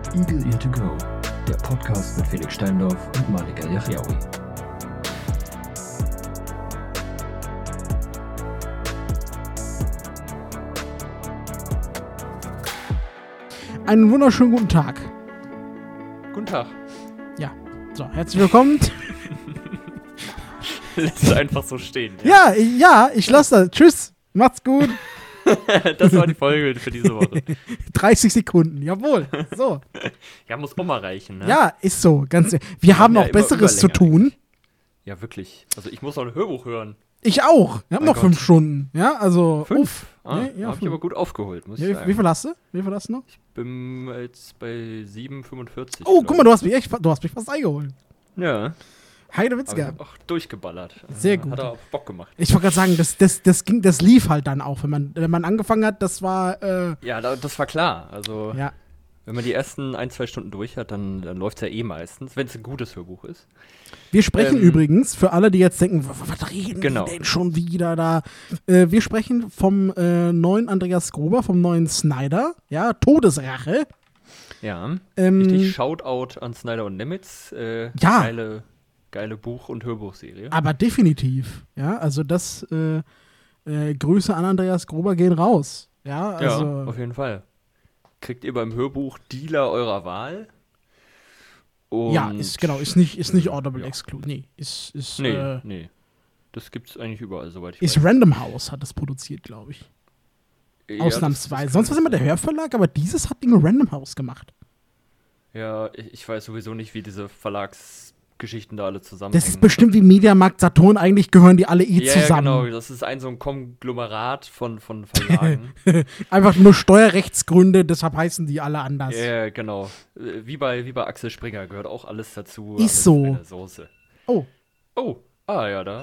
Eagle Ear to Go, der Podcast mit Felix Steindorf und Malika Yachiaoui. Einen wunderschönen guten Tag. Guten Tag. Ja, so, herzlich willkommen. Lässt es einfach so stehen. Ja, ich lasse das. Tschüss, macht's gut. Das war die Folge für diese Woche. 30 Sekunden, jawohl. So. Ja, muss auch mal reichen, ne? Ja, ist so. Wir haben ja noch immer Besseres zu Überlänge tun. Ja, wirklich. Also ich muss noch ein Hörbuch hören. Ich auch. Wir haben Mein noch 5 Gott. Stunden. Ja, also. 5? Ja, Hab ich aber gut aufgeholt, muss ich Ja, sagen. wie viel hast du? Wie viel hast du noch? Bin jetzt bei 7,45. Oh, guck mal, du hast mich fast eingeholt. Ja, Heide aber ich Witzka. hab auch durchgeballert. Sehr gut. Hat auch Bock gemacht. Ich wollte gerade sagen, das lief halt dann auch, wenn man angefangen hat, das war, Ja, das war klar. Also, ja. wenn man die ersten 1-2 Stunden durch hat, dann läuft's ja eh meistens, wenn es ein gutes Hörbuch ist. Wir sprechen übrigens, für alle, die jetzt denken, was reden Genau. die denn schon wieder da? Wir sprechen vom neuen Andreas Gruber, vom neuen Snyder, ja, Todesrache. Ja, richtig Shoutout an Snyder und Nemitz. Ja. Geile Buch- und Hörbuchserie. Aber definitiv, ja, also das, Grüße an Andreas Gruber gehen raus. Ja, also. Ja, auf jeden Fall. Kriegt ihr beim Hörbuch Dealer eurer Wahl. Und Ja, ist nicht Audible ja. Exclusive. Nee, ist Nee. Das gibt's eigentlich überall, soweit ich ist weiß. Random House hat das produziert, glaube ich. Ja, Ausnahmsweise. das Sonst war kann immer der sein. Hörverlag, aber dieses hat Dinge Random House gemacht. Ja, ich weiß sowieso nicht, wie diese Verlagsgeschichten da alle zusammenhängen. Das ist bestimmt wie Mediamarkt, Saturn, eigentlich gehören die alle ja, zusammen. Ja, genau. Das ist so ein Konglomerat von Verlagen. Einfach nur Steuerrechtsgründe, deshalb heißen die alle anders. Ja, genau. Wie bei Axel Springer gehört auch alles dazu. Ist alles so. eine Soße. Oh, Oh, ja, da.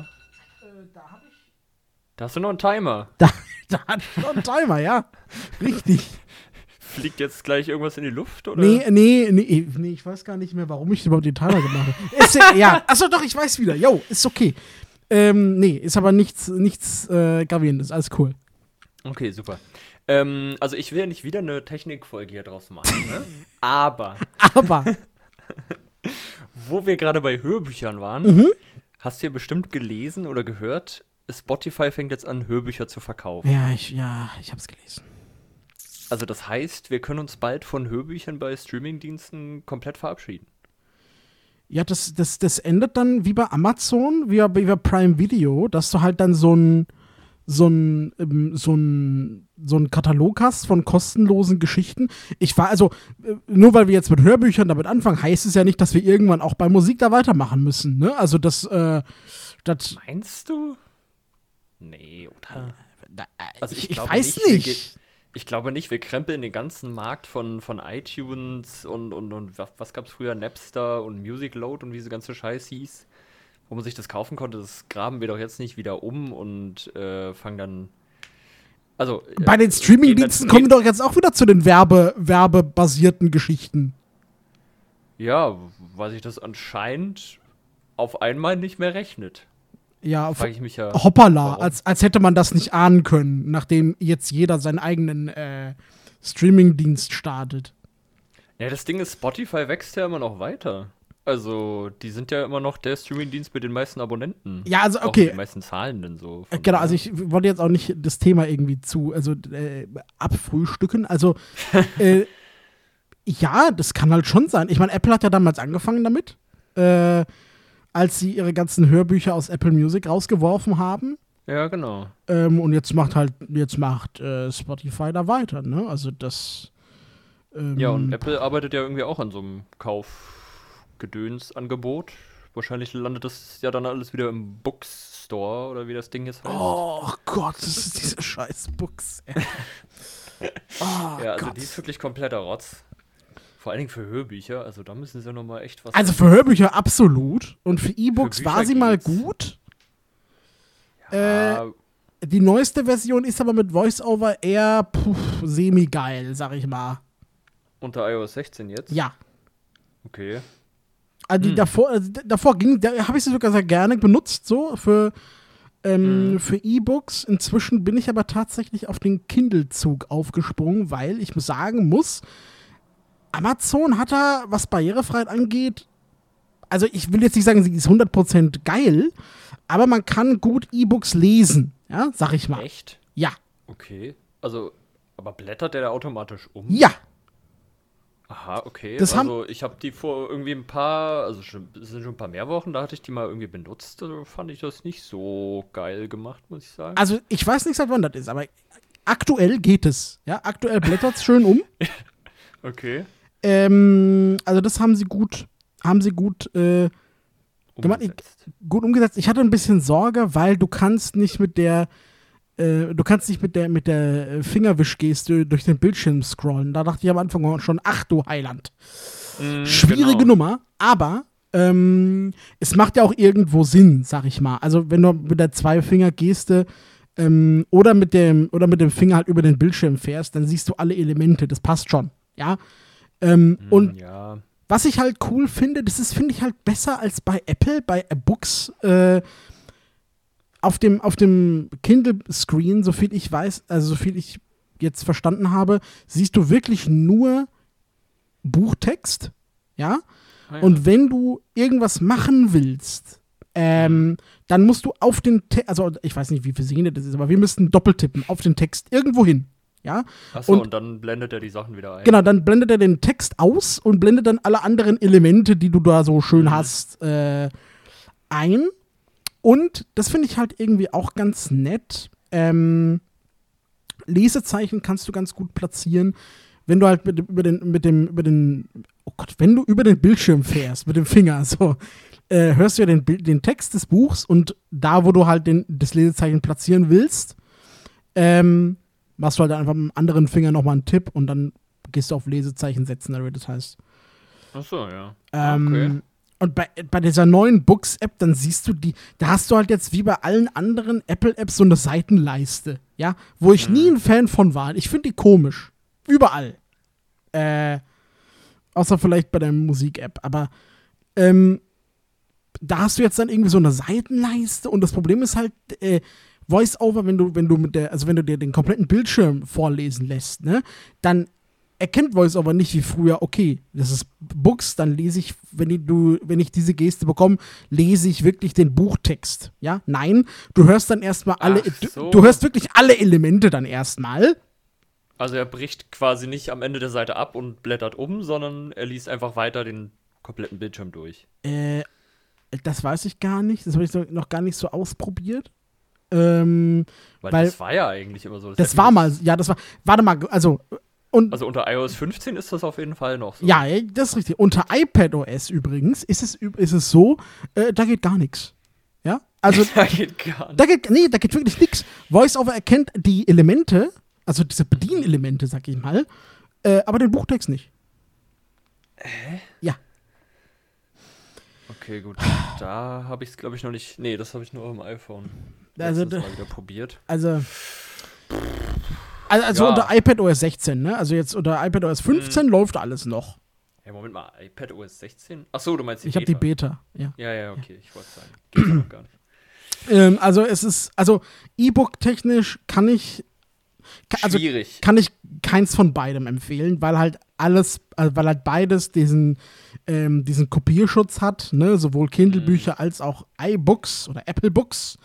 Da hast du noch einen Timer. da hat noch ein Timer, ja. Richtig. Fliegt jetzt gleich irgendwas in die Luft, oder? Nee, ich weiß gar nicht mehr, warum ich überhaupt den Timer gemacht habe. Ja, achso, doch, ich weiß wieder. Jo, ist okay. Nee, ist aber nichts Gravierendes, alles cool. Okay, super. Also ich will ja nicht wieder eine Technikfolge hier draus machen, ne? Aber, Aber, wo wir gerade bei Hörbüchern waren, hast du ja bestimmt gelesen oder gehört, Spotify fängt jetzt an, Hörbücher zu verkaufen. ich hab's gelesen. Also das heißt, wir können uns bald von Hörbüchern bei Streamingdiensten komplett verabschieden. Ja, das endet dann wie bei Amazon, wie bei Prime Video, dass du halt dann so ein Katalog hast von kostenlosen Geschichten. Nur weil wir jetzt mit Hörbüchern damit anfangen, heißt es ja nicht, dass wir irgendwann auch bei Musik da weitermachen müssen, ne? Also das Meinst du? Nee, oder? Also ich glaube weiß wir nicht. Ich glaube nicht, wir krempeln den ganzen Markt von iTunes und was gab's früher, Napster und Music Load und wie diese ganze Scheiß hieß, wo man sich das kaufen konnte, das graben wir doch jetzt nicht wieder um und fangen dann, also Bei den Streamingdiensten kommen wir doch jetzt auch wieder zu den werbebasierten Geschichten. Ja, weil sich das anscheinend auf einmal nicht mehr rechnet. Ja, Frage ich mich ja. hoppala, warum. als hätte man das nicht ahnen können, nachdem jetzt jeder seinen eigenen Streamingdienst startet. Ja, das Ding ist, Spotify wächst ja immer noch weiter. Also, die sind ja immer noch der Streamingdienst mit den meisten Abonnenten. Ja, also, Auch okay. die meisten Zahlenden so. Von Genau, daher. also ich wollte jetzt auch nicht das Thema irgendwie abfrühstücken. Also, ja, das kann halt schon sein. Ich meine, Apple hat ja damals angefangen damit, als sie ihre ganzen Hörbücher aus Apple Music rausgeworfen haben. Ja, genau. Und jetzt macht Spotify da weiter, ne? Also das. Ja, und Apple arbeitet ja irgendwie auch an so einem Kaufgedönsangebot. Wahrscheinlich landet das ja dann alles wieder im Bookstore oder wie das Ding jetzt heißt. Oh Gott, das ist diese scheiß Books. Oh ja, also Gott. die ist wirklich kompletter Rotz. Vor allen Dingen für Hörbücher, also da müssen sie nochmal echt was. Also für Hörbücher absolut. Und für E-Books Für war Bücher sie mal geht's. gut. Ja, Die neueste Version ist aber mit Voice-Over eher semi-geil, sag ich mal. unter iOS 16 jetzt? Ja. Okay. Also die davor habe ich sie sogar sehr gerne benutzt, so für E-Books. Inzwischen bin ich aber tatsächlich auf den Kindle-Zug aufgesprungen, weil ich sagen muss, Amazon hat da, was Barrierefreiheit angeht, also ich will jetzt nicht sagen, sie ist 100% geil, aber man kann gut E-Books lesen, ja, sag ich mal. Echt? Ja. Okay. Also, aber blättert der da automatisch um? Ja. Aha, okay. Das also ich habe die vor irgendwie ein paar, also es sind schon ein paar mehr Wochen, da hatte ich die mal irgendwie benutzt. Also fand ich das nicht so geil gemacht, muss ich sagen. Also ich weiß nicht, seit wann das ist, aber aktuell geht es. Ja, aktuell blättert es schön um. Okay. Also das haben sie gut gemacht. Umgesetzt. Gut umgesetzt. Ich hatte ein bisschen Sorge, weil du kannst nicht mit der Fingerwischgeste durch den Bildschirm scrollen. Da dachte ich am Anfang schon, ach du Heiland. Schwierige Genau. Nummer, aber es macht ja auch irgendwo Sinn, sag ich mal. Also wenn du mit der Zwei-Finger-Geste oder mit dem Finger halt über den Bildschirm fährst, dann siehst du alle Elemente. Das passt schon, ja. Und Ja. was ich halt cool finde, finde ich halt besser als bei Apple, bei Books, auf dem Kindle-Screen, soviel ich weiß, also soviel ich jetzt verstanden habe, siehst du wirklich nur Buchtext, ja? Ah, ja. Und wenn du irgendwas machen willst, dann musst du auf den Text, also ich weiß nicht, wie versehen das ist, aber wir müssten doppeltippen auf den Text irgendwo hin, ja? Achso, und- und dann blendet er die Sachen wieder ein. Genau, dann blendet er den Text aus und blendet dann alle anderen Elemente, die du da so schön hast, ein. Und das finde ich halt irgendwie auch ganz nett. Lesezeichen kannst du ganz gut platzieren, wenn du halt wenn du über den Bildschirm fährst, mit dem Finger, so, hörst du ja den Text des Buchs und da, wo du halt das Lesezeichen platzieren willst, machst du halt einfach mit dem anderen Finger nochmal einen Tipp und dann gehst du auf Lesezeichen setzen, oder wie das heißt. Achso, ja. Okay. Und bei dieser neuen Books-App, dann siehst du da hast du halt jetzt wie bei allen anderen Apple-Apps so eine Seitenleiste, ja, wo ich nie ein Fan von war. Ich finde die komisch. Überall. Außer vielleicht bei der Musik-App. Aber da hast du jetzt dann irgendwie so eine Seitenleiste und das Problem ist halt, Voice-Over, wenn du dir den kompletten Bildschirm vorlesen lässt, ne, dann erkennt Voice-Over nicht wie früher, okay, das ist Books, dann lese ich, wenn ich diese Geste bekomme, lese ich wirklich den Buchtext. Ja, nein, du hörst dann erstmal alle, so. du hörst wirklich alle Elemente dann erstmal. Also er bricht quasi nicht am Ende der Seite ab und blättert um, sondern er liest einfach weiter den kompletten Bildschirm durch. Das weiß ich gar nicht, das habe ich noch gar nicht so ausprobiert. Weil Weil- das war ja eigentlich immer so. Das war mal, warte mal, also unter iOS 15 ist das auf jeden Fall noch so. ja, das ist richtig. Unter iPadOS übrigens ist es so, da geht gar nichts. Ja? Also, Da geht gar nicht. da geht wirklich nichts. VoiceOver erkennt die Elemente, also diese Bedienelemente, sag ich mal, aber den Buchtext nicht. Ja. Okay, gut. Da habe ich es, glaube ich, noch nicht. Nee, das habe ich nur auf dem iPhone. Also, Letztens mal wieder probiert. Also Ja. unter iPadOS 16, ne? Also jetzt unter iPadOS 15 läuft alles noch. Ja, Moment mal, iPadOS 16? Achso, du meinst die Ich habe die Beta, ja. Ja, okay, ich wollte sagen. Geht ja noch gar nicht. Also E-Book-technisch kann ich Schwierig. keins von beidem empfehlen, weil halt beides diesen Kopierschutz hat, ne, sowohl Kindle-Bücher als auch iBooks oder Apple Books.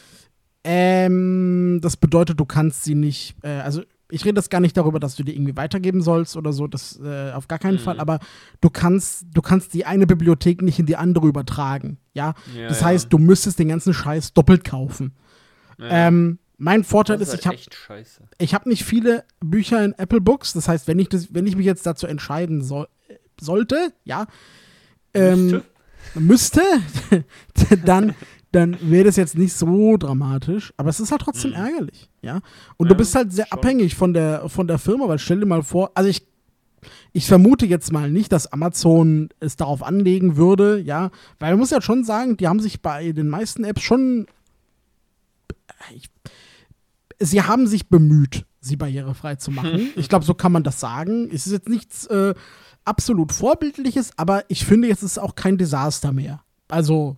Das bedeutet, du kannst sie nicht, also ich rede jetzt gar nicht darüber, dass du die irgendwie weitergeben sollst oder so, das auf gar keinen Fall, aber du kannst die eine Bibliothek nicht in die andere übertragen, ja? Das heißt, du müsstest den ganzen Scheiß doppelt kaufen. Ja. Mein Vorteil Das ist, halt echt scheiße. ich habe nicht viele Bücher in Apple Books, das heißt, wenn ich mich jetzt dazu entscheiden sollte, ja, müsste dann wäre das jetzt nicht so dramatisch, aber es ist halt trotzdem ärgerlich, ja. Und du Ja, bist halt sehr schon. abhängig von der Firma, weil stell dir mal vor, also ich vermute jetzt mal nicht, dass Amazon es darauf anlegen würde, ja, weil man muss ja schon sagen, die haben sich bei den meisten Apps schon sie haben sich bemüht, sie barrierefrei zu machen. Ich glaube, so kann man das sagen. Es ist jetzt nichts absolut Vorbildliches, aber ich finde, jetzt ist es auch kein Desaster mehr. Also,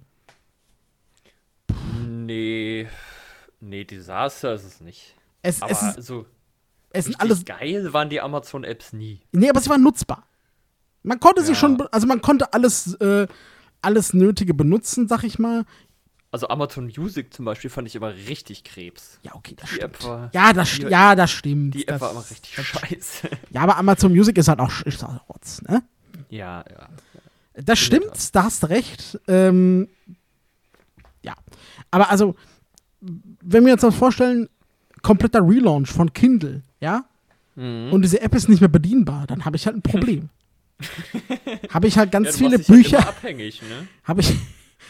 Nee, Desaster ist es nicht. es Aber ist so es sind richtig alles. geil waren die Amazon-Apps nie. Nee, aber sie waren nutzbar. Man konnte sie Ja. schon, also man konnte alles Nötige benutzen, sag ich mal. Also Amazon Music zum Beispiel fand ich immer richtig Krebs. Ja, okay, das Die stimmt. App war, Ja, das stimmt. die App war immer Das- richtig scheiße. Ja, aber Amazon Music ist halt auch Rotz, ne? Ja. Das stimmt, da hast du recht. Ja. Aber also, wenn wir uns das vorstellen, kompletter Relaunch von Kindle, ja? Mhm. Und diese App ist nicht mehr bedienbar, dann habe ich halt ein Problem. Habe ich halt ganz Ja, du viele machst dich halt Bücher. immer abhängig, ne? Habe ich.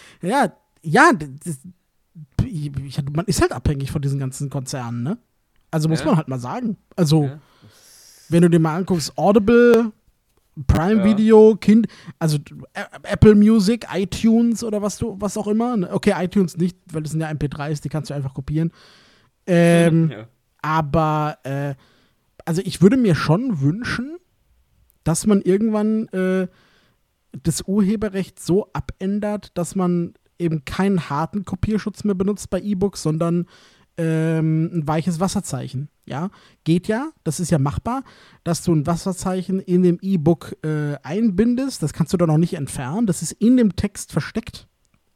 Man ist halt abhängig von diesen ganzen Konzernen, ne? Also muss Ja. man halt mal sagen. Also, Ja. wenn du dir mal anguckst, Audible, Prime Ja. Video, also Apple Music, iTunes oder was auch immer. Ne? Okay, iTunes nicht, weil das sind ja MP3s, die kannst du einfach kopieren. Ja. Aber, also ich würde mir schon wünschen, dass man irgendwann das Urheberrecht so abändert, dass man eben keinen harten Kopierschutz mehr benutzt bei E-Books, sondern ein weiches Wasserzeichen. Ja, geht ja, das ist ja machbar, dass du ein Wasserzeichen in dem E-Book einbindest. Das kannst du dann auch nicht entfernen. Das ist in dem Text versteckt,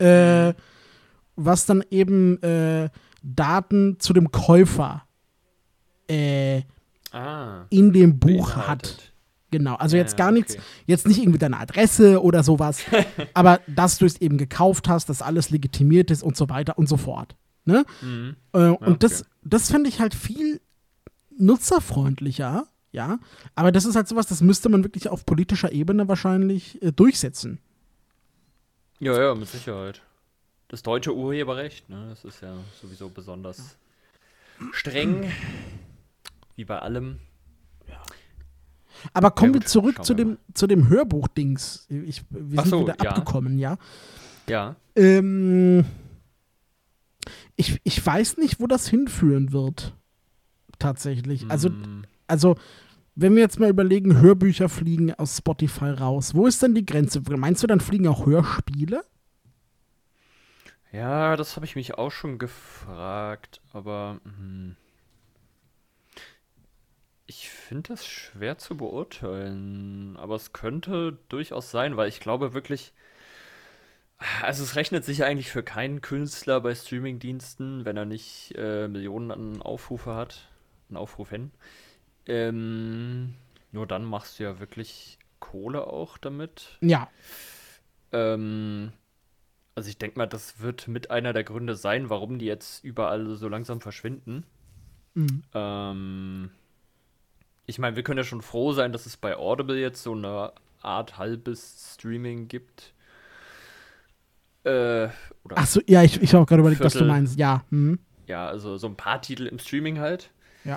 was dann eben Daten zu dem Käufer in dem Buch hat. Beinhaltet. Genau, also Ja, jetzt gar nichts, okay. jetzt nicht irgendwie deine Adresse oder sowas, aber dass du es eben gekauft hast, dass alles legitimiert ist und so weiter und so fort. Ne? Mhm. Und okay. das fände ich halt viel nutzerfreundlicher, ja. Aber das ist halt sowas, das müsste man wirklich auf politischer Ebene wahrscheinlich durchsetzen. Ja, mit Sicherheit. Das deutsche Urheberrecht, ne, das ist ja sowieso besonders streng. Wie bei allem. Aber kommen Ja, wir gut, zurück schauen zu wir dem Hörbuch-Dings. Wir Ach sind so, wieder ja. abgekommen, ja. Ja. Ich weiß nicht, wo das hinführen wird. Tatsächlich. Mm, Also, wenn wir jetzt mal überlegen, Hörbücher fliegen aus Spotify raus, wo ist denn die Grenze? Meinst du, dann fliegen auch Hörspiele? ja, das habe ich mich auch schon gefragt, aber ich finde das schwer zu beurteilen. Aber es könnte durchaus sein, weil ich glaube wirklich, also es rechnet sich eigentlich für keinen Künstler bei Streamingdiensten, wenn er nicht Millionen an Aufrufe hat, an Aufrufen. Nur dann machst du ja wirklich Kohle auch damit. Ja. Also ich denke mal, das wird mit einer der Gründe sein, warum die jetzt überall so langsam verschwinden. Mhm. Ich meine, wir können ja schon froh sein, dass es bei Audible jetzt so eine Art halbes Streaming gibt. Oder Achso, ja, ich habe auch gerade überlegt, was du Viertel. meinst. Ja. Mhm. ja, also so ein paar Titel im Streaming halt. Ja.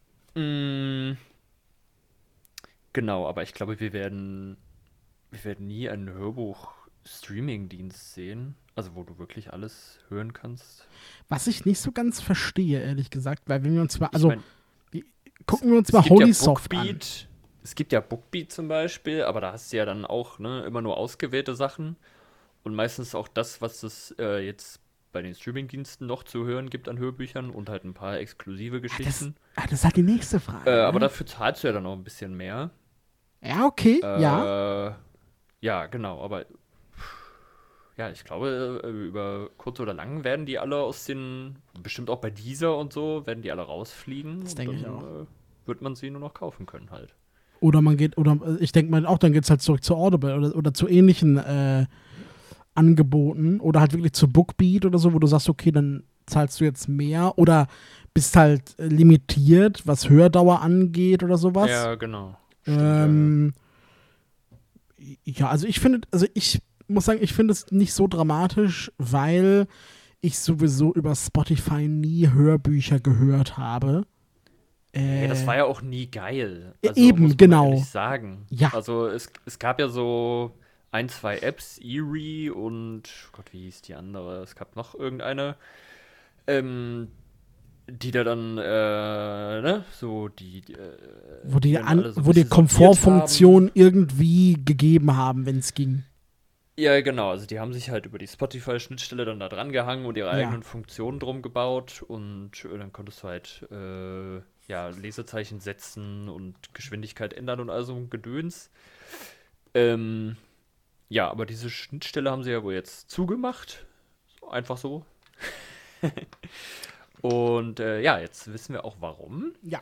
Genau, aber ich glaube, wir werden nie einen Hörbuch-Streaming-Dienst sehen. Also wo du wirklich alles hören kannst. Was ich nicht so ganz verstehe, ehrlich gesagt, weil wenn wir uns mal, Ich also mein, gucken wir uns es mal gibt ja Holysoft an. Bookbeat. Es gibt ja Bookbeat zum Beispiel, aber da hast du ja dann auch immer nur ausgewählte Sachen. Und meistens auch das, was es jetzt bei den Streamingdiensten noch zu hören gibt an Hörbüchern und halt ein paar exklusive Geschichten. Das ist halt die nächste Frage. Aber ne? dafür zahlst du ja dann auch ein bisschen mehr. Ja, okay, ja. Ja, genau, aber ja, ich glaube, über kurz oder lang werden die alle bestimmt auch bei dieser und so, werden die alle rausfliegen. Das und denke ich dann, auch. Wird man sie nur noch kaufen können halt. Oder ich denke mal auch, dann geht es halt zurück zu Audible oder zu ähnlichen Angeboten oder halt wirklich zu Bookbeat oder so, wo du sagst, okay, dann zahlst du jetzt mehr oder bist halt limitiert, was Hördauer angeht oder sowas. Ja, genau. Stimmt, Ja, also ich muss sagen, ich finde es nicht so dramatisch, weil ich sowieso über Spotify nie Hörbücher gehört habe. Das war ja auch nie geil. Eben, muss man genau. ehrlich sagen. Ja. Also es gab ja so ein, zwei Apps, Erie und Gott, wie hieß die andere? Es gab noch irgendeine, die da dann, so wo die, dann alle so ein wo die bisschen sortiert Komfortfunktion irgendwie gegeben haben, wenn es ging. Ja, genau. Also die haben sich halt über die Spotify-Schnittstelle dann da dran gehangen und ihre Ja. eigenen Funktionen drum gebaut und dann konntest du halt Lesezeichen setzen und Geschwindigkeit ändern und all so ein Gedöns. Ja, aber diese Schnittstelle haben sie ja wohl jetzt zugemacht. Einfach so. Und ja, jetzt wissen wir auch warum. Ja.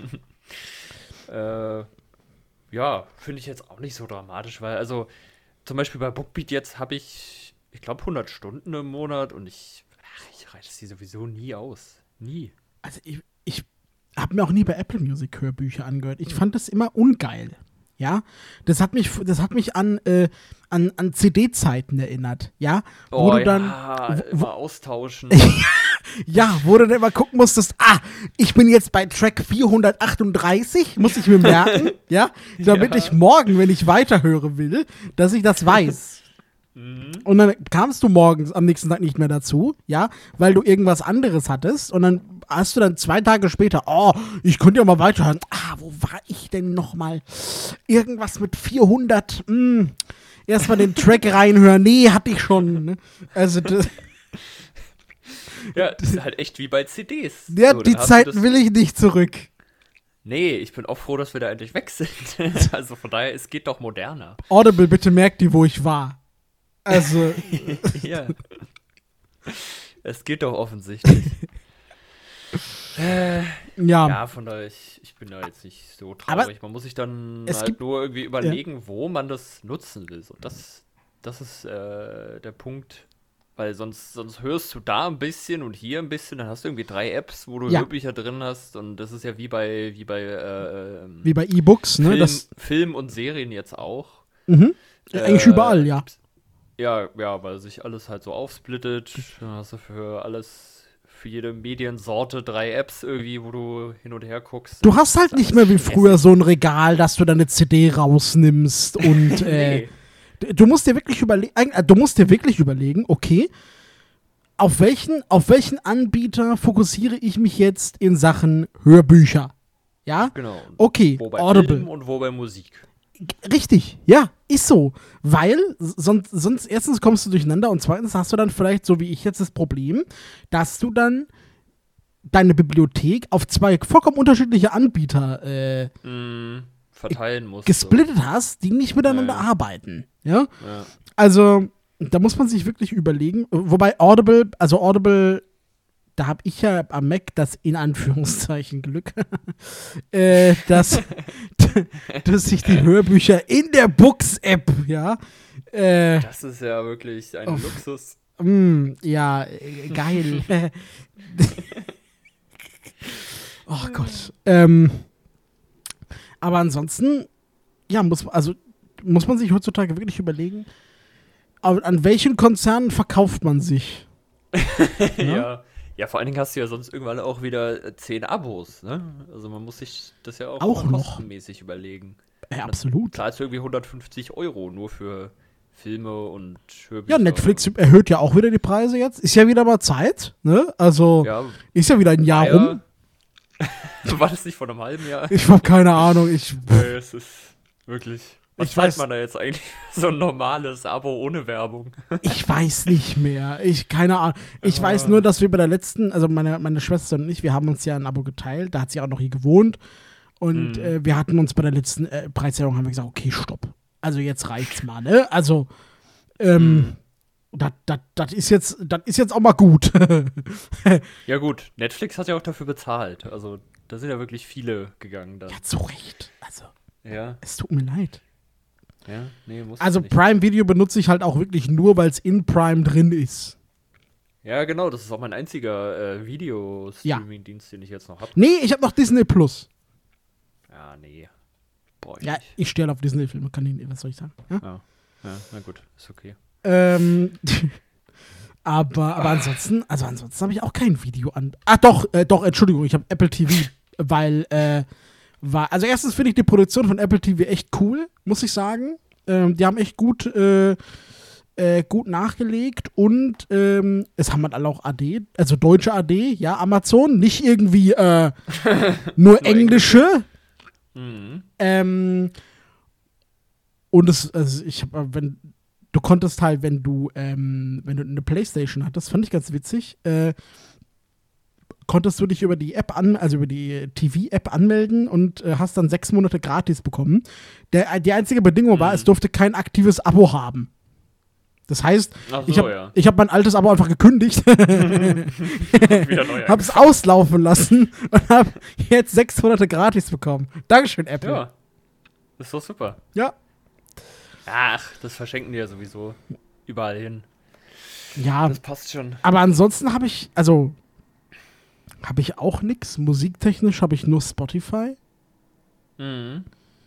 Ja, finde ich jetzt auch nicht so dramatisch, weil also zum Beispiel bei Bookbeat jetzt habe ich glaube 100 Stunden im Monat und ich reiche sie sowieso nie aus. Nie. Also ich habe mir auch nie bei Apple Music Hörbücher angehört. Ich fand das immer ungeil. Ja, das hat mich an CD-Zeiten erinnert, ja, wo du dann immer austauschen. ja, wo du dann immer gucken musstest, ich bin jetzt bei Track 438, muss ich mir merken, ja, damit ich morgen, wenn ich weiterhören will, dass ich das weiß. Und dann kamst du morgens am nächsten Tag nicht mehr dazu, ja, weil du irgendwas anderes hattest und dann hast du dann 2 Tage später, ich könnte ja mal weiterhören. Wo war ich denn nochmal? Irgendwas mit 400, erstmal den Track reinhören, nee, hatte ich schon, ne? Also, ja, das ist halt echt wie bei CDs. Ja, so, die Zeiten will ich nicht zurück. Nee, ich bin auch froh, dass wir da endlich weg sind. Also von daher, es geht doch moderner. Audible, bitte merkt die, wo ich war. Also. Ja. Es geht doch offensichtlich. Ja, von daher, ich bin da jetzt nicht so traurig. Aber man muss sich dann halt nur irgendwie überlegen, wo man das nutzen will. So, das ist der Punkt. Weil sonst hörst du da ein bisschen und hier ein bisschen, dann hast du irgendwie 3 Apps, wo du Hörbücher drin hast und das ist ja wie bei E-Books, ne? Film und Serien jetzt auch. Mhm. Eigentlich überall, ja. Ja, weil sich alles halt so aufsplittet. Dann hast du für jede Mediensorte 3 Apps irgendwie, wo du hin und her guckst. Du hast halt nicht mehr wie früher so ein Regal, dass du deine CD rausnimmst und nee. Du musst dir wirklich überlegen, okay, auf welchen Anbieter fokussiere ich mich jetzt in Sachen Hörbücher? Ja? Genau. Okay, wo bei Audible. Film und wo bei Musik. Richtig, ja, ist so. Weil sonst erstens kommst du durcheinander und zweitens hast du dann vielleicht, so wie ich jetzt, das Problem, dass du dann deine Bibliothek auf 2 vollkommen unterschiedliche Anbieter verteilen musst. Gesplittet hast, die nicht miteinander arbeiten. Ja? Also, da muss man sich wirklich überlegen. Wobei Audible, da habe ich ja am Mac das in Anführungszeichen Glück, dass sich die Hörbücher in der Books-App, ja. Das ist ja wirklich ein Luxus. Ja, geil. Oh Gott. Aber ansonsten, ja, muss man sich heutzutage wirklich überlegen, an welchen Konzernen verkauft man sich? Ja, vor allen Dingen hast du ja sonst irgendwann auch wieder 10 Abos, ne? Also man muss sich das ja auch kostenmäßig überlegen. Absolut. Zahlst du irgendwie 150 € nur für Filme und Hörbücher. Ja, Netflix erhöht ja auch wieder die Preise jetzt. Ist ja wieder mal Zeit, ne? Also, ist ja wieder ein Jahr rum. War das nicht vor einem halben Jahr? Ich habe keine Ahnung. Nee, es ist wirklich. Was weiß man da jetzt eigentlich? So ein normales Abo ohne Werbung. Ich weiß nicht mehr. Keine Ahnung. Ich weiß nur, dass wir bei der letzten, also meine Schwester und ich, wir haben uns ja ein Abo geteilt. Da hat sie auch noch hier gewohnt. Und wir hatten uns bei der letzten Preiserhöhung, haben wir gesagt, okay, stopp. Also jetzt reicht's mal, ne? Also, das ist jetzt auch mal gut. Ja gut, Netflix hat ja auch dafür bezahlt. Also da sind ja wirklich viele gegangen dann. Ja, zu Recht. Also, es tut mir leid. Ja, nee, muss Also nicht. Prime Video benutze ich halt auch wirklich nur, weil es in Prime drin ist. Ja, genau, das ist auch mein einziger Video-Streaming-Dienst, den ich jetzt noch habe. Nee, ich habe noch Disney Plus. Ja, nee. Ich stehe auf Disney-Filme, was soll ich sagen? Ja, na gut, ist okay. Aber ansonsten habe ich auch kein Video an. Doch, Entschuldigung, ich habe Apple TV, weil, also erstens finde ich die Produktion von Apple TV echt cool, muss ich sagen. Die haben echt gut nachgelegt und es haben halt alle auch AD, also deutsche AD, ja, Amazon, nicht irgendwie nur englische. Und du konntest halt, wenn du eine Playstation hattest, fand ich ganz witzig, konntest du dich über die App also über die TV-App anmelden und hast dann 6 Monate gratis bekommen. Die einzige Bedingung war, es durfte kein aktives Abo haben. Das heißt, Ach so, ich habe mein altes Abo einfach gekündigt, Wieder neu habe es auslaufen lassen und habe jetzt 6 Monate gratis bekommen. Dankeschön, Apple. Ja, das ist doch super. Ja. Ach, das verschenken die ja sowieso überall hin. Ja, Das passt schon. aber ansonsten habe ich auch nichts. Musiktechnisch habe ich nur Spotify. Mhm.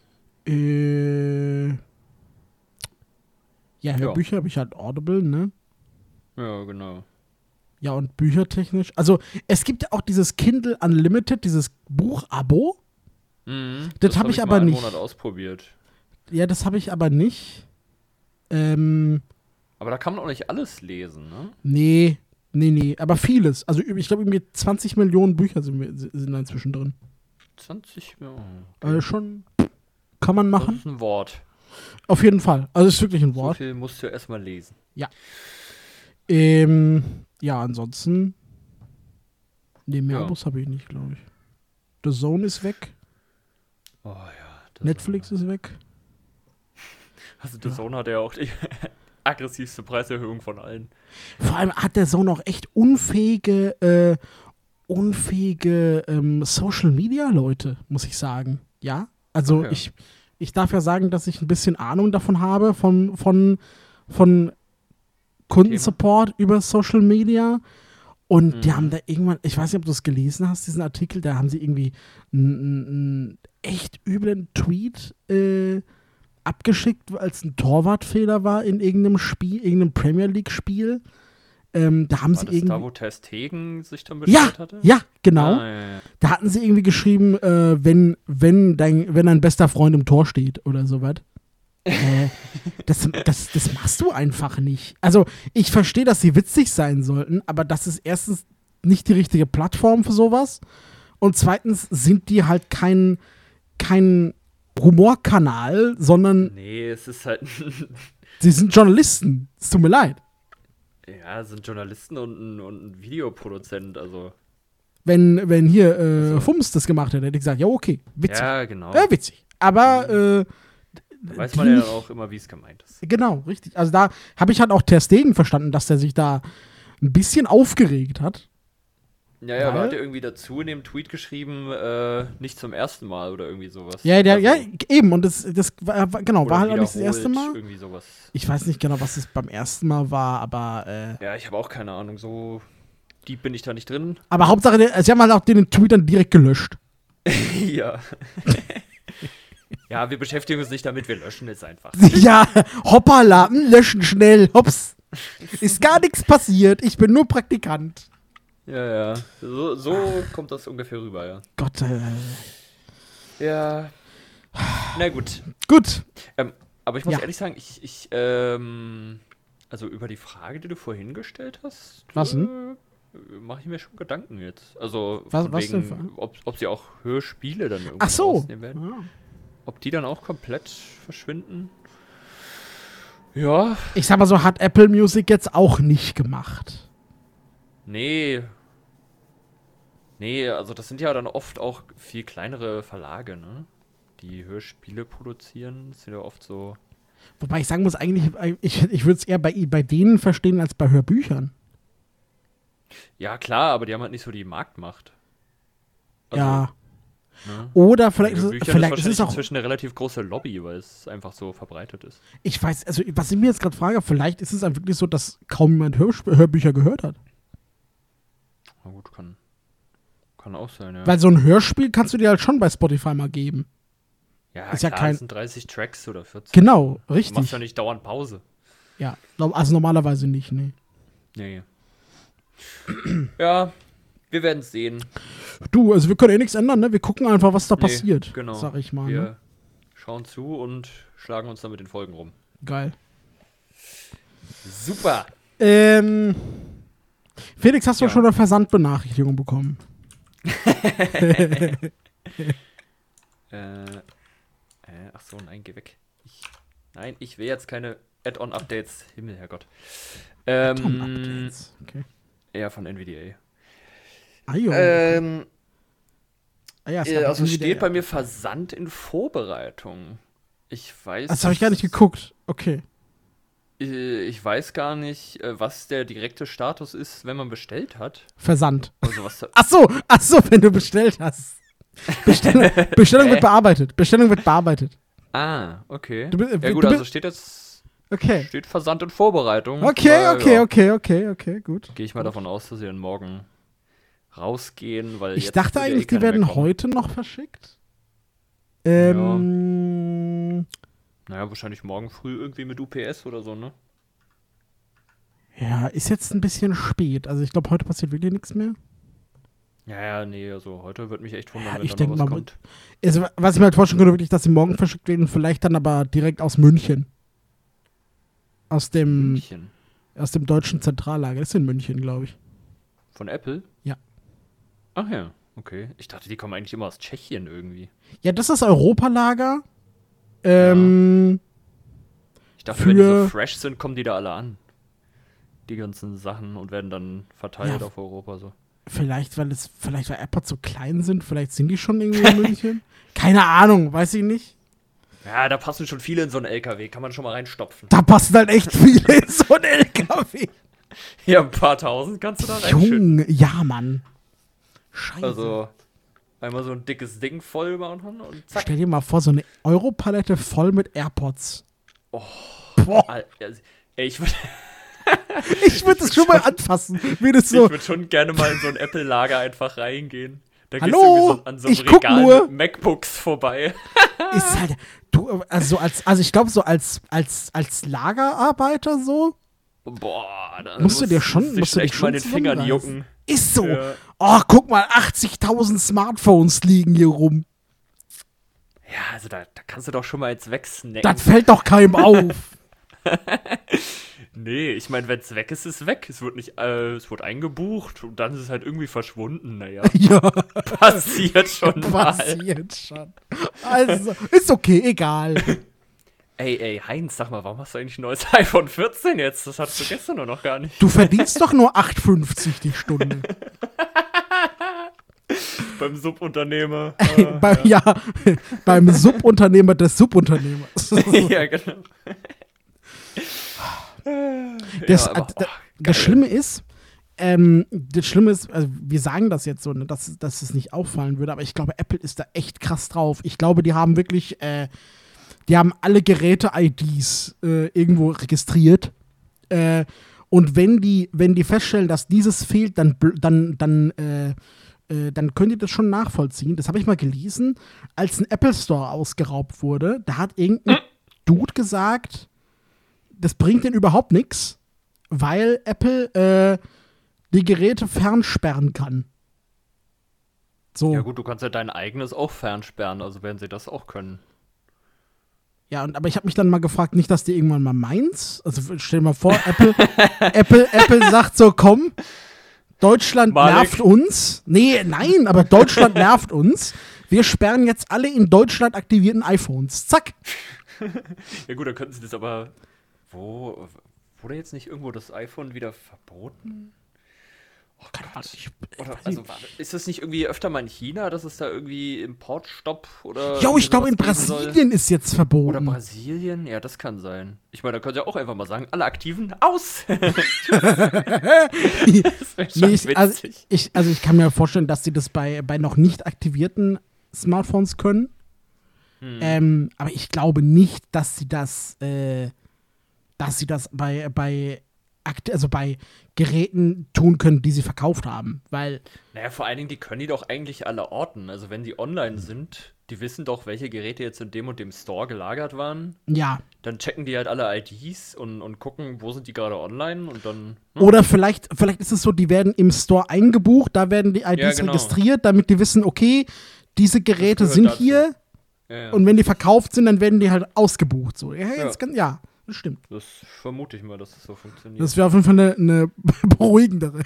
Ja, Hörbücher habe ich halt Audible, ne? Ja, genau. Ja, und büchertechnisch. Also, es gibt ja auch dieses Kindle Unlimited, dieses Buch-Abo. Mhm. Das habe ich aber mal nicht. einen Monat ausprobiert. Ja, das habe ich aber nicht. Aber da kann man auch nicht alles lesen, ne? Nee. Aber vieles. Also, ich glaube, irgendwie 20 Millionen Bücher sind da inzwischen drin. 20 Millionen. Also schon kann man Das machen. ist ein Wort. Auf jeden Fall. Also, es ist wirklich ein So Wort. viel musst du erstmal lesen. Ja, ansonsten. Mehr Ja. Abos habe ich nicht, glaube ich. The Zone ist weg. Oh ja. Netflix ist weg. Also The Zone hat ja auch die aggressivste Preiserhöhung von allen. Vor allem hat der Zone auch echt unfähige Social-Media-Leute, muss ich sagen. Ja, also Okay. ich darf ja sagen, dass ich ein bisschen Ahnung davon habe, von Kundensupport über Social Media. Und die haben da irgendwann, ich weiß nicht, ob du es gelesen hast, diesen Artikel, da haben sie irgendwie einen echt üblen Tweet abgeschickt, als ein Torwartfehler war in irgendeinem Spiel, irgendeinem Premier League-Spiel. Da haben War sie das irgendwie. da, wo Ter Stegen sich dann beschwert hatte? Ja, genau. Ja. Da hatten sie irgendwie geschrieben, wenn dein bester Freund im Tor steht oder sowas. Das machst du einfach nicht. Also, ich verstehe, dass sie witzig sein sollten, aber das ist erstens nicht die richtige Plattform für sowas. Und zweitens sind die halt kein Humorkanal, sondern Nee, es ist halt. sie sind Journalisten. Es tut mir leid. Ja, es sind Journalisten und ein Videoproduzent, also. Wenn hier Also. Fums das gemacht hätte ich gesagt, ja, okay, witzig. Ja, genau. Ja, witzig. Aber Da weiß man ja dann auch immer, wie es gemeint ist. genau, richtig. Also da habe ich halt auch Ter Stegen verstanden, dass der sich da ein bisschen aufgeregt hat. Ja, aber Weil- hat er irgendwie dazu in dem Tweet geschrieben, nicht zum ersten Mal oder irgendwie sowas. Ja, Also, eben. Und das war, genau, oder war halt auch nicht das erste wiederholt, Mal. Irgendwie sowas. Ich weiß nicht genau, was es beim ersten Mal war, aber Ja, ich habe auch keine Ahnung, so deep bin ich da nicht drin. Hauptsache, sie haben halt auch den Tweet dann direkt gelöscht. Ja. Ja, wir beschäftigen uns nicht damit, wir löschen es einfach. Ja, hoppala, löschen schnell, hops. Ist gar nichts passiert, ich bin nur Praktikant. Ja. So kommt das ungefähr rüber, ja. Gott, Ja. Na gut. gut. Aber ich muss Ja. ehrlich sagen, also über die Frage, die du vorhin gestellt hast, Was denn? mache ich mir schon Gedanken jetzt. Also Was- von was denn wegen, für- ob sie auch Hörspiele dann irgendwie Ach so. rausnehmen werden. Ob die dann auch komplett verschwinden? Ja, Ich sag mal so, hat Apple Music jetzt auch nicht gemacht. nee. Nee, also das sind ja dann oft auch viel kleinere Verlage, ne? Die Hörspiele produzieren. Das sind ja oft so. Wobei ich sagen muss, eigentlich, ich würde es eher bei denen verstehen als bei Hörbüchern. Ja, klar, aber die haben halt nicht so die Marktmacht. Also, Ja. Ne? Oder vielleicht ist Hörbüchern es, vielleicht ist wahrscheinlich es auch, inzwischen eine relativ große Lobby, weil es einfach so verbreitet ist. ich weiß, also was ich mir jetzt gerade frage, vielleicht ist es halt wirklich so, dass kaum jemand Hörbücher gehört hat. Na gut, kann auch sein, ja. Weil so ein Hörspiel kannst du dir halt schon bei Spotify mal geben. Ja, ist klar, ja kein- es sind 30 Tracks oder 40. Genau, Du richtig. machst ja nicht dauernd Pause. Ja, also normalerweise nicht, nee. Nee. Ja, wir werden es sehen. Du, also wir können eh nichts ändern, ne? Wir gucken einfach, was da Nee, passiert. genau. Sag ich mal, Wir ne? schauen zu und schlagen uns dann mit den Folgen rum. Geil. Super. Felix, hast du Ja. schon eine Versandbenachrichtigung bekommen? Ach so, nein, geh weg. Nein, ich will jetzt keine Add-on-Updates. Himmel, Herrgott. Updates. Okay. Ja, von NVDA. Ah, ja. Ja, Also steht bei mir Versand in Vorbereitung. Ich weiß. Das habe ich gar nicht geguckt. Okay. Ich weiß gar nicht, was der direkte Status ist, wenn man bestellt hat. Versand. Also was Ach so, wenn du bestellt hast. Bestellung wird bearbeitet. Ah, okay. Ja gut, also steht jetzt Okay. steht Versand in Vorbereitung. Okay, gut. Gehe ich mal davon aus, dass sie dann morgen rausgehen, weil Ich jetzt dachte wird ja eigentlich, die keiner mehr werden kommen. heute noch verschickt. Naja, wahrscheinlich morgen früh irgendwie mit UPS oder so, ne? Ja, ist jetzt ein bisschen spät. Also ich glaube, heute passiert wirklich nichts mehr. Ja, nee, also heute wird mich echt wundern, Ja, wenn ich da noch denke was mal, kommt. Also, was ich mir halt vorstellen könnte, wirklich, dass sie morgen verschickt werden, vielleicht dann aber direkt aus München. Aus dem München. deutschen Zentrallager. Das ist in München, glaube ich. Von Apple? Ja. Ach ja, okay. Ich dachte, die kommen eigentlich immer aus Tschechien irgendwie. Ja, das ist das Europalager. Ich dachte, wenn die so Für- fresh sind, kommen die da alle an. Die ganzen Sachen und werden dann verteilt Ja. auf Europa so. Vielleicht, weil AirPods so klein sind. Vielleicht sind die schon irgendwie in München. Keine Ahnung, weiß ich nicht. Ja, da passen schon viele in so einen LKW. Kann man schon mal reinstopfen. Da passen halt echt viele in so einen LKW. Ja, ein paar tausend kannst du da reinschütten. Junge, ja, Mann. Scheiße. Also, einmal so ein dickes Ding voll machen und zack. Stell dir mal vor, so eine Europalette voll mit AirPods. Oh. Boah, Ey, ich würde ich würde das schon mal anfassen. Wie das so. schon gerne mal in so ein Apple-Lager einfach reingehen. Da gehst Hallo? du irgendwie so an so einem Ich guck Regal nur. mit MacBooks vorbei. Ist halt. Du, also ich glaube, so als Lagerarbeiter so. Boah, da Musst du dir schon- sich musst du dich echt mal schon in den Fingern zusammenreißen. jucken. Ist so. Ja. Oh, guck mal, 80.000 Smartphones liegen hier rum. Ja, also da kannst du doch schon mal jetzt wegsnacken. Das fällt doch keinem auf. Nee, ich meine, wenn es weg ist, ist weg. Es wird nicht, es wird eingebucht und dann ist es halt irgendwie verschwunden. Naja, Ja, passiert schon mal. passiert schon. Also, ist okay, egal. Ey, Heinz, sag mal, warum hast du eigentlich ein neues iPhone 14 jetzt? Das hattest du gestern nur noch gar nicht. Du verdienst doch nur 8,50 die Stunde. Beim Subunternehmer. Beim Subunternehmer des Subunternehmers. Ja, genau. Das, Ja, aber, das geil. Schlimme ist, also wir sagen das jetzt so, ne, dass es nicht auffallen würde, aber ich glaube, Apple ist da echt krass drauf. Ich glaube, die haben wirklich, die haben alle Geräte-IDs irgendwo registriert. Und wenn die feststellen, dass dieses fehlt, dann könnt ihr das schon nachvollziehen. Das habe ich mal gelesen, als ein Apple Store ausgeraubt wurde. Da hat irgendein Dude gesagt, das bringt denen überhaupt nichts, weil Apple die Geräte fernsperren kann. So. Ja gut, du kannst ja dein eigenes auch fernsperren, also werden sie das auch können. Ja, aber ich habe mich dann mal gefragt, nicht, dass die irgendwann mal meins. Also stell dir mal vor, Apple sagt so, komm, Deutschland Malik. nervt uns. Nein, aber Deutschland nervt uns. Wir sperren jetzt alle in Deutschland aktivierten iPhones. Zack. Ja gut, dann könnten sie das aber. Wurde jetzt nicht irgendwo das iPhone wieder verboten? Oh, keine Ahnung. Oder, also, ist das nicht irgendwie öfter mal in China, dass es da irgendwie Importstopp oder. Jo, ich glaube, in sowas geben soll? Brasilien ist jetzt Oder verboten. Brasilien? Ja, das kann sein. Ich meine, da könnt ihr auch einfach mal sagen, alle Aktiven aus! Das wäre schon Nee, witzig. ich kann mir vorstellen, dass sie das bei noch nicht aktivierten Smartphones können. Aber ich glaube nicht, dass sie das bei Geräten tun können, die sie verkauft haben. Weil, Naja, vor allen Dingen, die können die doch eigentlich alle orten. Also wenn die online sind, die wissen doch, welche Geräte jetzt in dem und dem Store gelagert waren. ja. Dann checken die halt alle IDs und gucken, wo sind die gerade online und dann. Oder vielleicht ist es so, die werden im Store eingebucht, da werden die IDs Ja, genau. registriert, damit die wissen, okay, diese Geräte gehört sind dazu. hier Ja. und wenn die verkauft sind, dann werden die halt ausgebucht. So. Ja, Ja. Das stimmt. Das vermute ich mal, dass das so funktioniert. Das wäre auf jeden Fall eine beruhigendere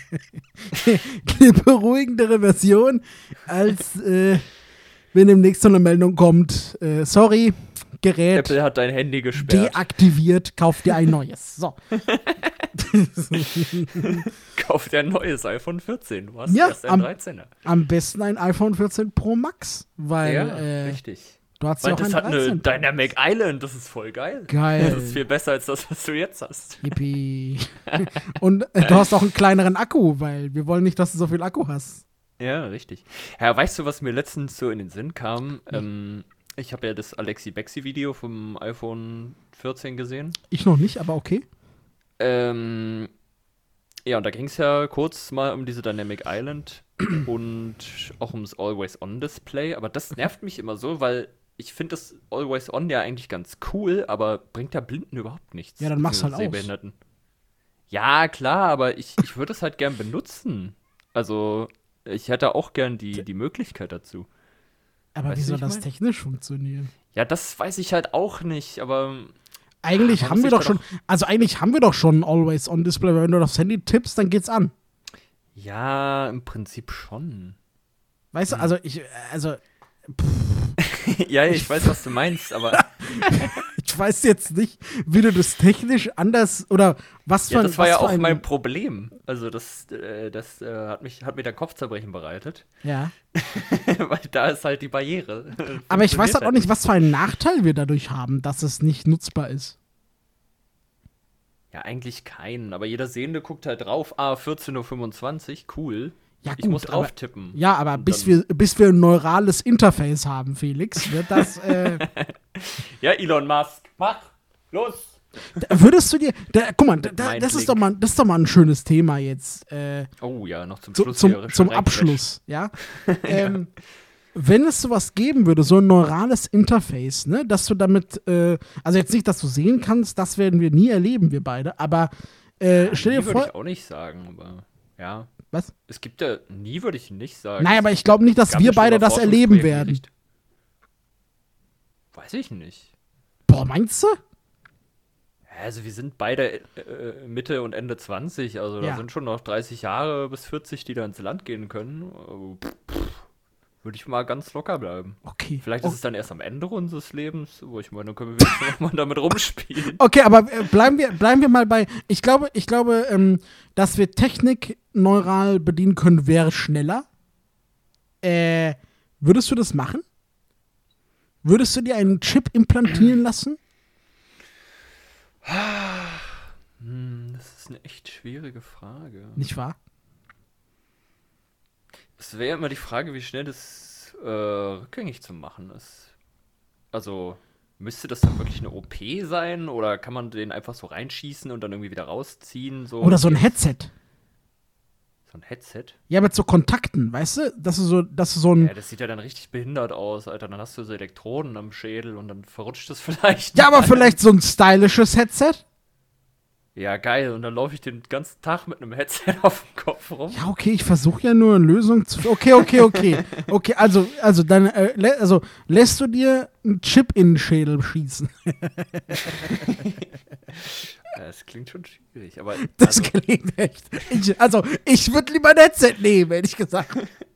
Version, als wenn demnächst so eine Meldung kommt, sorry, Gerät Apple hat dein Handy gesperrt. deaktiviert, kauf dir ein neues. So. Kauf dir ein neues iPhone 14. Du hast Ja, erst ein 13er. Am besten ein iPhone 14 Pro Max, weil richtig. du hast ja Weil auch das ein hat eine 13. Dynamic Island, das ist voll geil. Geil. Das ist viel besser als das, was du jetzt hast. Yippie. Und du hast auch einen kleineren Akku, weil wir wollen nicht, dass du so viel Akku hast. Ja, richtig. Ja, weißt du, was mir letztens so in den Sinn kam? Ich habe ja das Alexi-Bexi-Video vom iPhone 14 gesehen. Ich noch nicht, aber okay. Ja, und da ging es ja kurz mal um diese Dynamic Island und auch ums Always-On-Display. Aber das nervt mich immer so, weil ich finde das Always-On ja eigentlich ganz cool, aber bringt der Blinden überhaupt nichts. Ja, dann mach's halt aus. Sehbehinderten. Ja, klar, aber ich würde es halt gern benutzen. Also, ich hätte auch gern die Möglichkeit dazu. Aber Weißt wie du, soll ich das mein? technisch funktionieren? Ja, das weiß ich halt auch nicht, aber Eigentlich man haben muss wir sich doch da schon, also eigentlich haben wir doch schon ein Always-On-Display, weil wenn du aufs Handy tippst, dann geht's an. ja, im Prinzip schon. Weißt du, Ja, ich weiß, was du meinst, aber ich weiß jetzt nicht, wie du das technisch anders oder was für ja, ein. das war was ja für auch ein, mein Problem. Also das hat mir der Kopfzerbrechen bereitet, Ja. weil da ist halt die Barriere. Aber ich weiß Funktioniert halt auch nicht, was für einen Nachteil wir dadurch haben, dass es nicht nutzbar ist. Ja, eigentlich keinen, aber jeder Sehende guckt halt drauf, 14:25 Uhr, cool. Ja, Ich gut, muss drauf aber- tippen. Ja, aber Und bis dann- wir ein neurales Interface haben, Felix, wird das. Ja, Elon Musk, mach! Los! Würdest du dir. Guck mal, das Mindlink. ist doch mal ein schönes Thema jetzt. Oh ja, noch zum Zum, Schluss. hier zum, schon zum reinquetscht. Abschluss, ja. Wenn es sowas geben würde, so ein neurales Interface, ne, dass du damit, also jetzt nicht, dass du sehen kannst, das werden wir nie erleben, wir beide, aber stell dir Nie würde vor. ich auch nicht sagen, aber ja. Was? Es gibt ja, nie würde ich nicht sagen. Nein, aber ich glaube nicht, dass Gab wir ja schon beide mal das erleben Forschungsprojekte in die werden. Richtung. Weiß ich nicht. Boah, meinst du? Also wir sind beide Mitte und Ende 20, also Ja. da sind schon noch 30 Jahre bis 40, die da ins Land gehen können. Würde ich mal ganz locker bleiben. Okay. Vielleicht ist es dann erst am Ende unseres Lebens, wo ich meine, dann können wir wenigstens noch mal damit rumspielen. Okay, aber bleiben wir mal bei. Ich glaube, dass wir Technik neural bedienen können, wäre schneller. Würdest du das machen? Würdest du dir einen Chip implantieren lassen? Das ist eine echt schwierige Frage. Nicht wahr? Es wäre immer die Frage, wie schnell das rückgängig zu machen ist. Also, müsste das dann wirklich eine OP sein oder kann man den einfach so reinschießen und dann irgendwie wieder rausziehen? So Oder so ein Headset. So ein Headset? Ja, mit so Kontakten, weißt du? Das ist so ein. Ja, das sieht ja dann richtig behindert aus, Alter. Dann hast du so Elektroden am Schädel und dann verrutscht das vielleicht. Ja, aber vielleicht so ein stylisches Headset? Ja, geil. Und dann laufe ich den ganzen Tag mit einem Headset auf dem Kopf rum. Ja, okay, ich versuche ja nur eine Lösung zu. Okay. Okay, also dann lässt du dir einen Chip in den Schädel schießen. Ja, das klingt schon schwierig, aber Das also, klingt echt. Ich würde lieber ein Headset nehmen, hätte ich gesagt.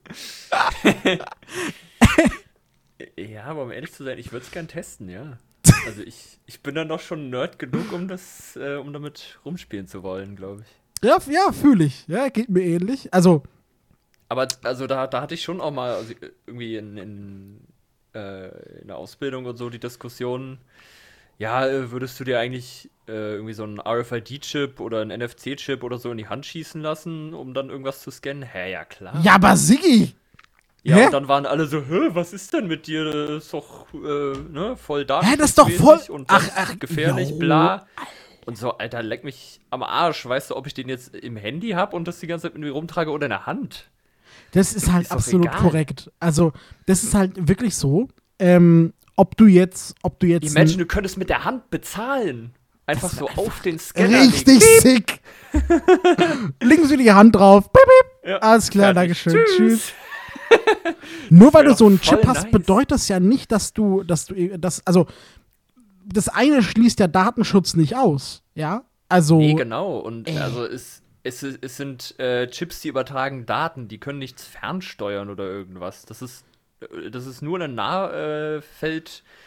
ja, aber um ehrlich zu sein, ich würde es gern testen, ja. Also ich bin dann doch schon Nerd genug, um damit rumspielen zu wollen, glaube ich. Ja, fühle ich. Ja, geht mir ähnlich. Also, Aber also da hatte ich schon auch mal also irgendwie in der Ausbildung und so die Diskussion, ja, würdest du dir eigentlich irgendwie so einen RFID-Chip oder einen NFC-Chip oder so in die Hand schießen lassen, um dann irgendwas zu scannen? Hä, ja klar. ja, aber Siggi! Ja, hä? und dann waren alle so, was ist denn mit dir? Das ist doch voll Hä, das ist doch voll- und ach, gefährlich, jo. bla. Und so, Alter, leck mich am Arsch. Weißt du, ob ich den jetzt im Handy habe und das die ganze Zeit mit mir rumtrage oder in der Hand? Das ist halt Ist doch absolut egal. korrekt. Also, das ist halt wirklich so. Ob du jetzt. Imagine, du könntest mit der Hand bezahlen. Einfach Das so wär auf den Scanner richtig legen. sick! Legen Sie die Hand drauf. Piep, piep. Ja, Alles klar, fertig. Dankeschön. Tschüss. Nur weil wär du so doch einen Chip voll hast, nice. bedeutet das ja nicht, also, das eine schließt ja Datenschutz nicht aus, ja? Also, Nee, genau. Und Ey. also es sind Chips, die übertragen Daten, die können nichts fernsteuern oder irgendwas. Das ist nur eine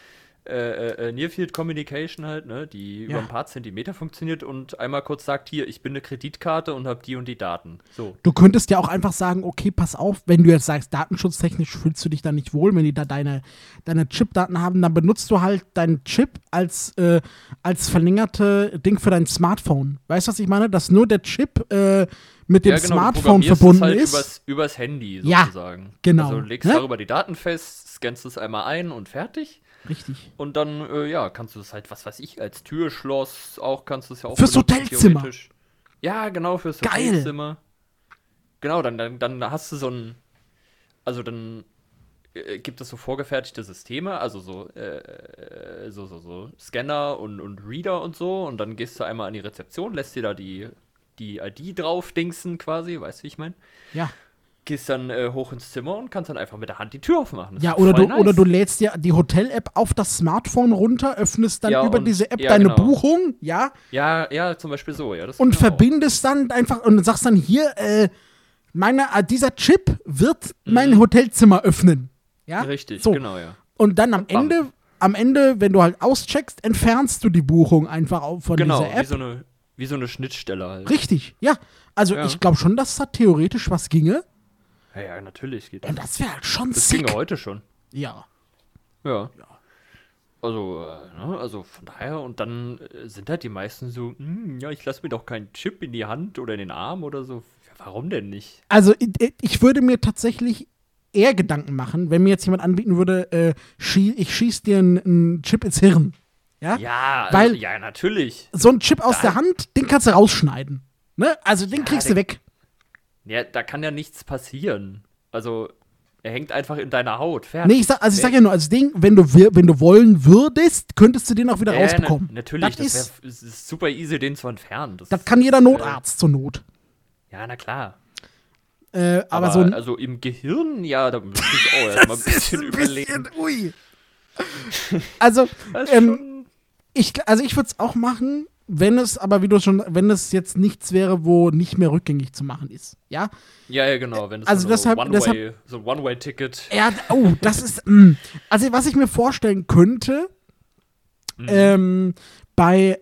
Near Field Communication halt, ne, die über ein paar Zentimeter funktioniert und einmal kurz sagt, hier, ich bin eine Kreditkarte und habe die und die Daten. So. Du könntest ja auch einfach sagen, okay, pass auf, wenn du jetzt sagst, datenschutztechnisch fühlst du dich da nicht wohl, wenn die da deine Chipdaten haben, dann benutzt du halt deinen Chip als verlängerte Ding für dein Smartphone. Weißt du, was ich meine? Dass nur der Chip mit dem Smartphone verbunden halt ist. Übers Handy sozusagen. Ja, genau. Also legst darüber die Daten fest, scannst es einmal ein und fertig. Richtig. Und dann, kannst du das halt, was weiß ich, als Türschloss auch, kannst du es ja auch fürs Hotelzimmer. Theoretisch. Ja, genau, fürs Geil. Hotelzimmer. Genau, dann hast du so ein, also dann gibt es so vorgefertigte Systeme, also so Scanner und Reader und so, und dann gehst du einmal an die Rezeption, lässt dir da die ID drauf dingsen quasi, weißt du, wie ich meine? Ja. Gehst dann hoch ins Zimmer und kannst dann einfach mit der Hand die Tür aufmachen. Das Ja, ist oder voll du, nice. oder du lädst dir die Hotel-App auf das Smartphone runter, öffnest dann über diese App deine genau. Buchung, ja, Ja, zum Beispiel so, ja. Das und genau. verbindest dann einfach und sagst dann hier, dieser Chip wird mein Hotelzimmer öffnen. Ja? Richtig, so. genau, ja. Und dann am Ende, wenn du halt auscheckst, entfernst du die Buchung einfach von dieser App. Wie so eine Schnittstelle halt. Richtig, ja. Also ich glaube schon, dass da theoretisch was ginge. Ja, natürlich geht das. Und das wäre halt schon Das sick. ginge heute schon. Ja. Ja. Also von daher, und dann sind halt die meisten so, ich lasse mir doch keinen Chip in die Hand oder in den Arm oder so. Ja, warum denn nicht? Also ich würde mir tatsächlich eher Gedanken machen, wenn mir jetzt jemand anbieten würde, ich schieß dir einen Chip ins Hirn. Ja, Ja, weil ja, natürlich. so ein Chip aus der Hand, den kannst du rausschneiden. Ne? Also den kriegst du weg. Ja, da kann ja nichts passieren. Also, er hängt einfach in deiner Haut. Fertig. Nee, ich sag ja nur, als Ding, wenn du wollen würdest, könntest du den auch wieder rausbekommen. Natürlich, das ist super easy, den zu entfernen. Das kann jeder Notarzt zur Not. Ja, na klar. Aber so ein also im Gehirn, ja, da muss ich auch erstmal ein bisschen überlegen. Ui. Also, Das ist schon ich würde es auch machen, wenn es jetzt nichts wäre, wo nicht mehr rückgängig zu machen ist. Ja? Ja, genau. Wenn es Also so ein deshalb- One-Way-Ticket. Ja, das ist. Also, was ich mir vorstellen könnte, bei,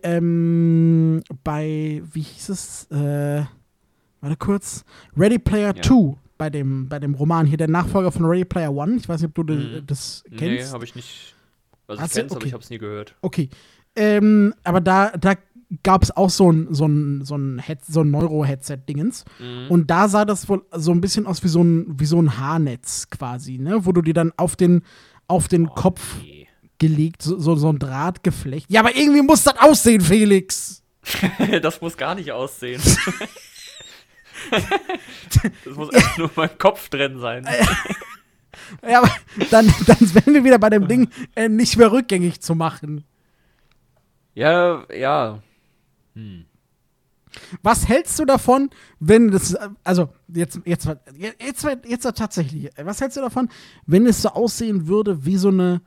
wie hieß es? Warte kurz. Ready Player 2, bei dem Roman hier, der Nachfolger von Ready Player 1. Ich weiß nicht, ob du das kennst. Nee, habe ich nicht. Also, Hast ich du? kenn's, aber Okay. ich habe es nie gehört. Okay. Aber da gab es auch so ein Neuro-Headset-Dingens. Und da sah das wohl so ein bisschen aus wie so ein Haarnetz quasi, ne? Wo du dir dann auf den Kopf Nee. gelegt, so ein Drahtgeflecht. Ja, aber irgendwie muss das aussehen, Felix. Das muss gar nicht aussehen. Das muss echt nur in meinem Kopf drin sein. Ja, aber dann wären wir wieder bei dem Ding, nicht mehr rückgängig zu machen. Ja. Was hältst du davon, wenn das, also jetzt tatsächlich, was hältst du davon, wenn es so aussehen würde wie so eine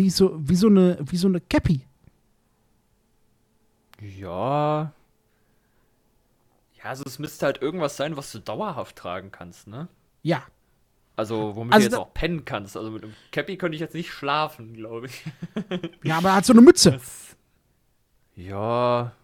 Cappy? Ja. Ja, also es müsste halt irgendwas sein, was du dauerhaft tragen kannst, ne? Ja. Also, womit Also du jetzt auch pennen kannst. Also mit einem Cappy könnte ich jetzt nicht schlafen, glaube ich. Ja, aber er hat so eine Mütze. Ja.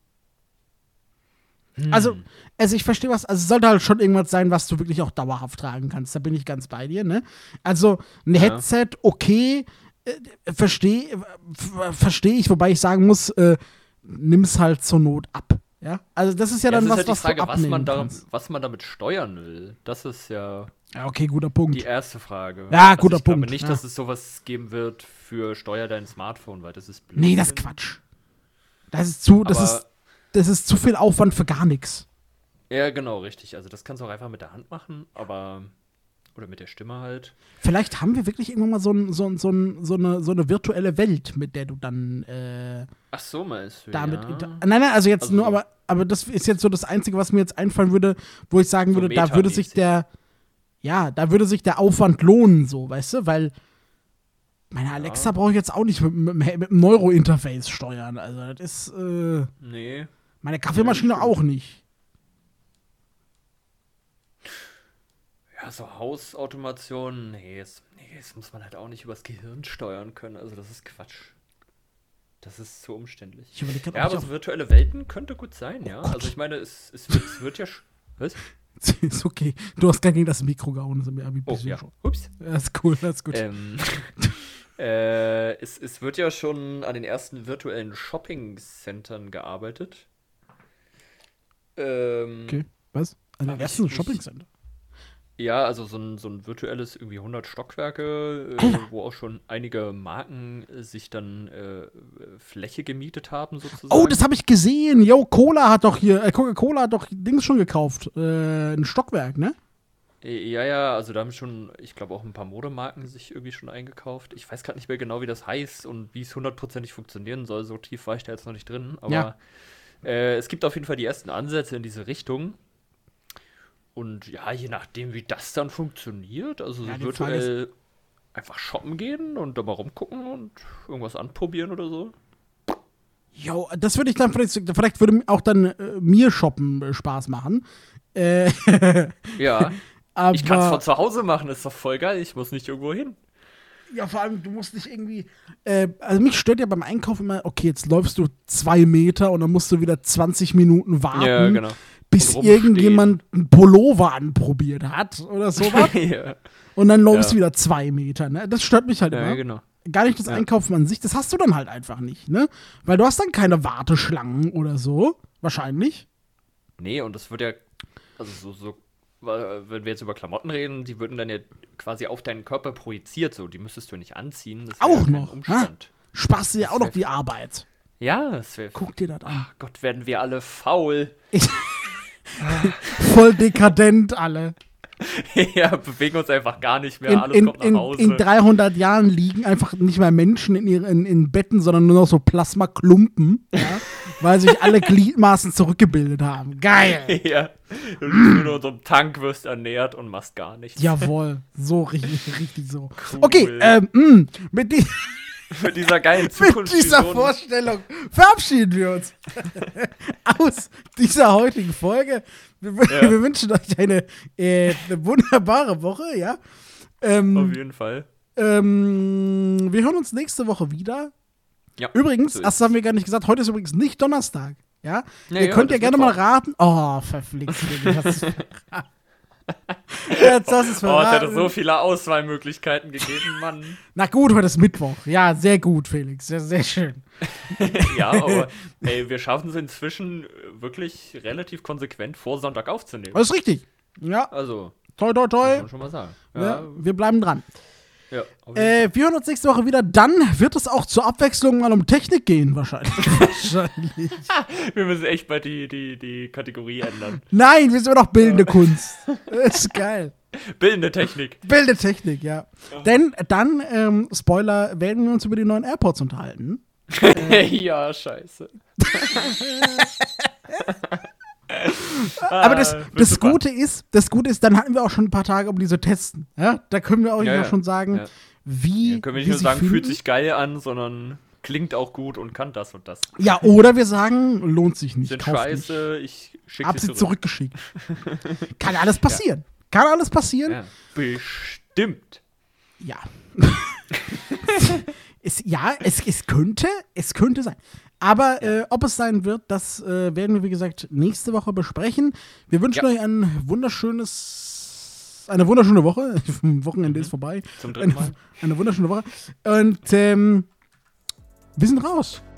Also ich verstehe was, also es sollte halt schon irgendwas sein, was du wirklich auch dauerhaft tragen kannst. Da bin ich ganz bei dir, ne? Also ein Headset, okay, verstehe ich, wobei ich sagen muss, nimm's halt zur Not ab. Ja? Also das ist ja dann das ist was halt die du Frage, abnehmen kannst. was man damit steuern will. Das ist ja Ja, okay, guter Punkt. die erste Frage. Ja, guter ich glaube Punkt, nicht, ja. dass es sowas geben wird für Steuer dein Smartphone, weil das ist blöd. Nee, das ist Quatsch. Das ist zu viel Aufwand für gar nichts. Ja, genau, richtig. Also das kannst du auch einfach mit der Hand machen, aber oder mit der Stimme halt. Vielleicht haben wir wirklich irgendwann mal so eine virtuelle Welt, mit der du dann Ach so, meinst du? damit. ja. Nein, also jetzt Also nur, so- aber das ist jetzt so das Einzige, was mir jetzt einfallen würde, wo ich sagen So würde, da würde sich metamäßig. da würde sich der Aufwand lohnen, so, weißt du, weil meine Alexa brauche ich jetzt auch nicht mit dem Neuro-Interface steuern. Also das ist Nee. meine Kaffeemaschine stimmt. auch nicht. Ja, so Hausautomation, das muss man halt auch nicht übers Gehirn steuern können. Also das ist Quatsch. Das ist zu umständlich. Ich überlege gerade, Ja, aber so virtuelle Welten könnte gut sein, ja. Also ich meine, es wird ja... Was? Ist okay. Du hast gar gegen das Mikro gehauen. Das Oh, ja. Ups. Das ist cool, das ist gut. Es wird ja schon an den ersten virtuellen Shopping-Centern gearbeitet. Okay, was? An den ersten Shopping-Center? Ja, also so ein virtuelles, irgendwie 100 Stockwerke, wo auch schon einige Marken sich dann Fläche gemietet haben, sozusagen. Oh, das habe ich gesehen. Yo, Coca-Cola hat doch Dings schon gekauft. Ein Stockwerk, ne? Ja, also da haben schon, ich glaube, auch ein paar Modemarken sich irgendwie schon eingekauft. Ich weiß gerade nicht mehr genau, wie das heißt und wie es 100%ig funktionieren soll. So tief war ich da jetzt noch nicht drin. Aber es gibt auf jeden Fall die ersten Ansätze in diese Richtung. Und ja, je nachdem, wie das dann funktioniert, also so virtuell einfach shoppen gehen und da mal rumgucken und irgendwas anprobieren oder so. Jo, das würde ich dann vielleicht würde auch dann mir Shoppen Spaß machen. Ja, aber ich kann es von zu Hause machen, ist doch voll geil, ich muss nicht irgendwo hin. Ja, vor allem, du musst nicht irgendwie. Also, mich stört ja beim Einkauf immer, okay, jetzt läufst du 2 Meter und dann musst du wieder 20 Minuten warten. Ja, genau. Bis irgendjemand einen Pullover anprobiert hat oder sowas. Ja. Und dann läufst du wieder 2 Meter, ne? Das stört mich halt immer. Ja, genau. Gar nicht das Einkaufen an sich, das hast du dann halt einfach nicht, ne? Weil du hast dann keine Warteschlangen oder so, wahrscheinlich. Nee, und das wird ja, also so, wenn wir jetzt über Klamotten reden, die würden dann ja quasi auf deinen Körper projiziert, so, die müsstest du nicht anziehen. Das auch kein noch, Umstand. Sparst dir ja auch noch die Arbeit. Ja, das wäre. Guck dir das an. Ach Gott, werden wir alle faul. Voll dekadent alle. Ja, bewegen uns einfach gar nicht mehr, alles kommt nach Hause. In 300 Jahren liegen einfach nicht mehr Menschen in Betten, sondern nur noch so Plasmaklumpen, ja, weil sich alle Gliedmaßen zurückgebildet haben. Geil! Ja, du liegst nur in so einem Tank, wirst ernährt und machst gar nichts. Jawohl, so richtig so. Cool. Okay, mit dieser geilen Zukunft. Mit dieser Vorstellung verabschieden wir uns aus dieser heutigen Folge. Wir wünschen euch eine wunderbare Woche, ja. Auf jeden Fall. Wir hören uns nächste Woche wieder. Ja, übrigens, so das haben wir gar nicht gesagt, heute ist übrigens nicht Donnerstag, ja. Nee, Ihr könnt ja gerne mal raten. Oh, verflixt. Jetzt hast du es verraten. Es hätte so viele Auswahlmöglichkeiten gegeben, Mann. Na gut, heute ist Mittwoch. Ja, sehr gut, Felix. Sehr, sehr schön. Ja, aber ey, wir schaffen es inzwischen wirklich relativ konsequent vor Sonntag aufzunehmen. Das ist richtig. Ja. Also, toi, toi, toi. kann man schon mal sagen. Ja, wir bleiben dran. Ja, wir hören uns nächste Woche wieder. Dann wird es auch zur Abwechslung mal um Technik gehen, wahrscheinlich. Wir müssen echt mal die Kategorie ändern. Nein, wir sind immer noch bildende Kunst. Das ist geil. Bildende Technik. Bildende Technik, ja. Denn dann, Spoiler, werden wir uns über die neuen AirPods unterhalten. Ja, scheiße. Aber das Gute ist, dann hatten wir auch schon ein paar Tage, um die zu testen. Ja? Da können wir auch schon sagen, wie. Ja, können wir nicht nur sagen, fühlt sich geil an, sondern klingt auch gut und kann das und das. Ja, oder wir sagen, lohnt sich nicht. Sind scheiße, ich schicke hab sie zurückgeschickt. Kann alles passieren. Kann alles passieren. Ja. Bestimmt. Ja. Es könnte sein. Aber ob es sein wird, das werden wir, wie gesagt, nächste Woche besprechen. Wir wünschen euch eine wunderschöne Woche. Wochenende ist vorbei. Zum dritten Mal. Eine wunderschöne Woche. Und wir sind raus.